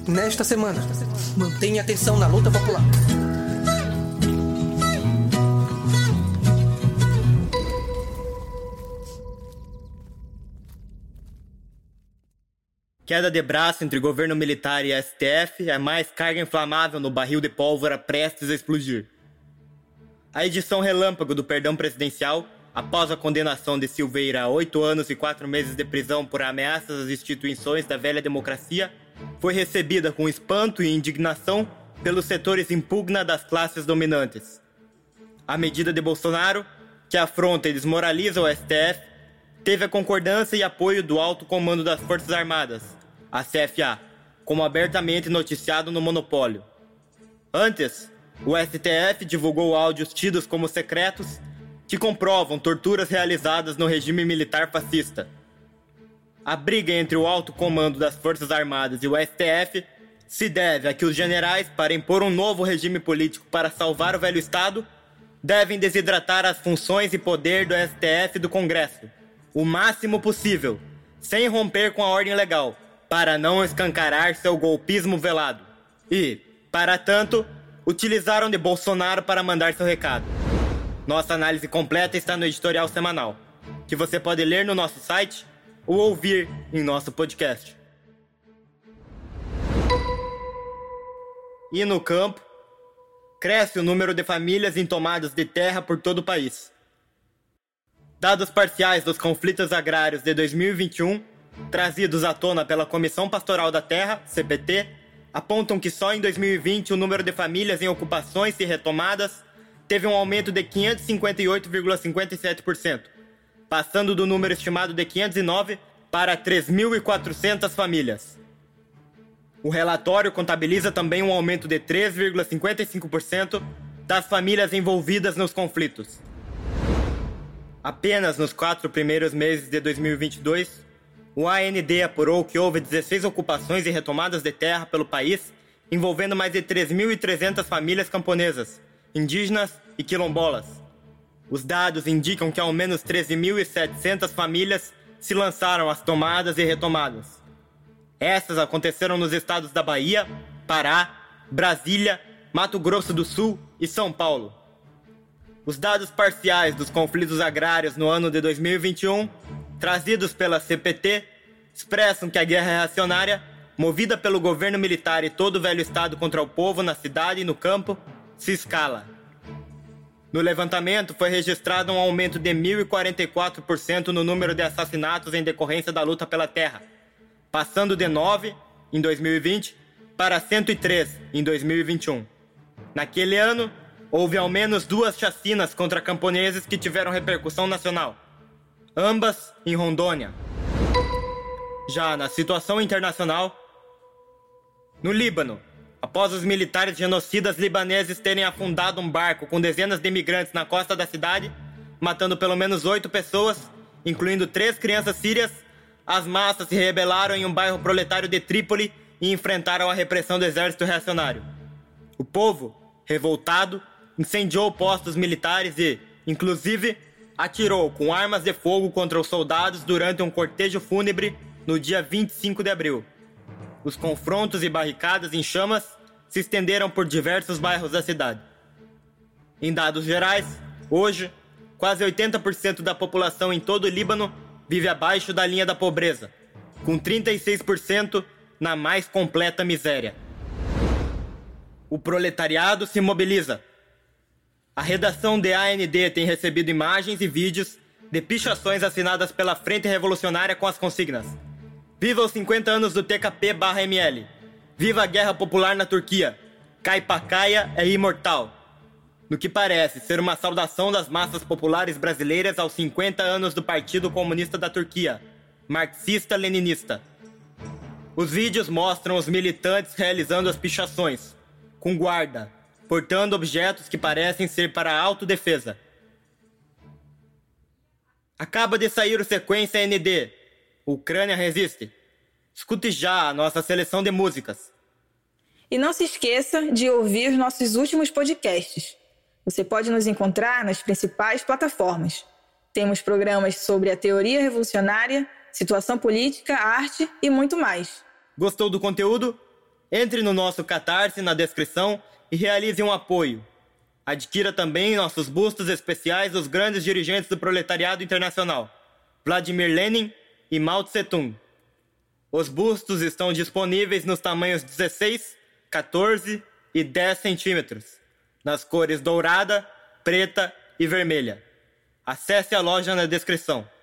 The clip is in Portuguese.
Nesta semana, mantenha atenção na luta popular. Queda de braço entre governo militar e STF é mais carga inflamável no barril de pólvora prestes a explodir. A edição relâmpago do perdão presidencial, após a condenação de Silveira a 8 anos e 4 meses de prisão por ameaças às instituições da velha democracia, foi recebida com espanto e indignação pelos setores impugna das classes dominantes. A medida de Bolsonaro, que afronta e desmoraliza o STF, teve a concordância e apoio do Alto Comando das Forças Armadas, a CFA, como abertamente noticiado no Monopólio. Antes, o STF divulgou áudios tidos como secretos que comprovam torturas realizadas no regime militar fascista. A briga entre o Alto Comando das Forças Armadas e o STF se deve a que os generais, para impor um novo regime político para salvar o velho Estado, devem desidratar as funções e poder do STF e do Congresso, o máximo possível, sem romper com a ordem legal, para não escancarar seu golpismo velado. E, para tanto, utilizaram de Bolsonaro para mandar seu recado. Nossa análise completa está no editorial semanal, que você pode ler no nosso site ou ouvir em nosso podcast. E no campo, cresce o número de famílias em tomadas de terra por todo o país. Dados parciais dos conflitos agrários de 2021, trazidos à tona pela Comissão Pastoral da Terra, CPT, apontam que só em 2020 o número de famílias em ocupações e retomadas teve um aumento de 558,57%, passando do número estimado de 509 para 3.400 famílias. O relatório contabiliza também um aumento de 3,55% das famílias envolvidas nos conflitos. Apenas nos 4 primeiros meses de 2022, o AND apurou que houve 16 ocupações e retomadas de terra pelo país, envolvendo mais de 3.300 famílias camponesas, indígenas e quilombolas. Os dados indicam que ao menos 13.700 famílias se lançaram às tomadas e retomadas. Essas aconteceram nos estados da Bahia, Pará, Brasília, Mato Grosso do Sul e São Paulo. Os dados parciais dos conflitos agrários no ano de 2021, trazidos pela CPT, expressam que a guerra reacionária, movida pelo governo militar e todo o velho Estado contra o povo na cidade e no campo, se escala. No levantamento foi registrado um aumento de 1.044% no número de assassinatos em decorrência da luta pela terra, passando de 9 em 2020 para 103 em 2021. Naquele ano, houve ao menos 2 chacinas contra camponeses que tiveram repercussão nacional, ambas em Rondônia. Já na situação internacional, no Líbano, após os militares genocidas libaneses terem afundado um barco com dezenas de imigrantes na costa da cidade, matando pelo menos 8 pessoas, incluindo 3 crianças sírias, as massas se rebelaram em um bairro proletário de Trípoli e enfrentaram a repressão do exército reacionário. O povo, revoltado, incendiou postos militares e, inclusive, atirou com armas de fogo contra os soldados durante um cortejo fúnebre no dia 25 de abril. Os confrontos e barricadas em chamas se estenderam por diversos bairros da cidade. Em dados gerais, hoje, quase 80% da população em todo o Líbano vive abaixo da linha da pobreza, com 36% na mais completa miséria. O proletariado se mobiliza. A redação de AND tem recebido imagens e vídeos de pichações assinadas pela Frente Revolucionária com as consignas: Viva os 50 anos do TKP/ML! Viva a Guerra Popular na Turquia! Caipacaia é imortal! No que parece ser uma saudação das massas populares brasileiras aos 50 anos do Partido Comunista da Turquia, marxista-leninista. Os vídeos mostram os militantes realizando as pichações, com guarda, portando objetos que parecem ser para autodefesa. Acaba de sair o Sequência ND, Ucrânia Resiste. Escute já a nossa seleção de músicas. E não se esqueça de ouvir os nossos últimos podcasts. Você pode nos encontrar nas principais plataformas. Temos programas sobre a teoria revolucionária, situação política, arte e muito mais. Gostou do conteúdo? Entre no nosso Catarse na descrição e realize um apoio. Adquira também nossos bustos especiais dos grandes dirigentes do proletariado internacional, Vladimir Lenin e Mao Tse-tung. Os bustos estão disponíveis nos tamanhos 16, 14 e 10 centímetros, nas cores dourada, preta e vermelha. Acesse a loja na descrição.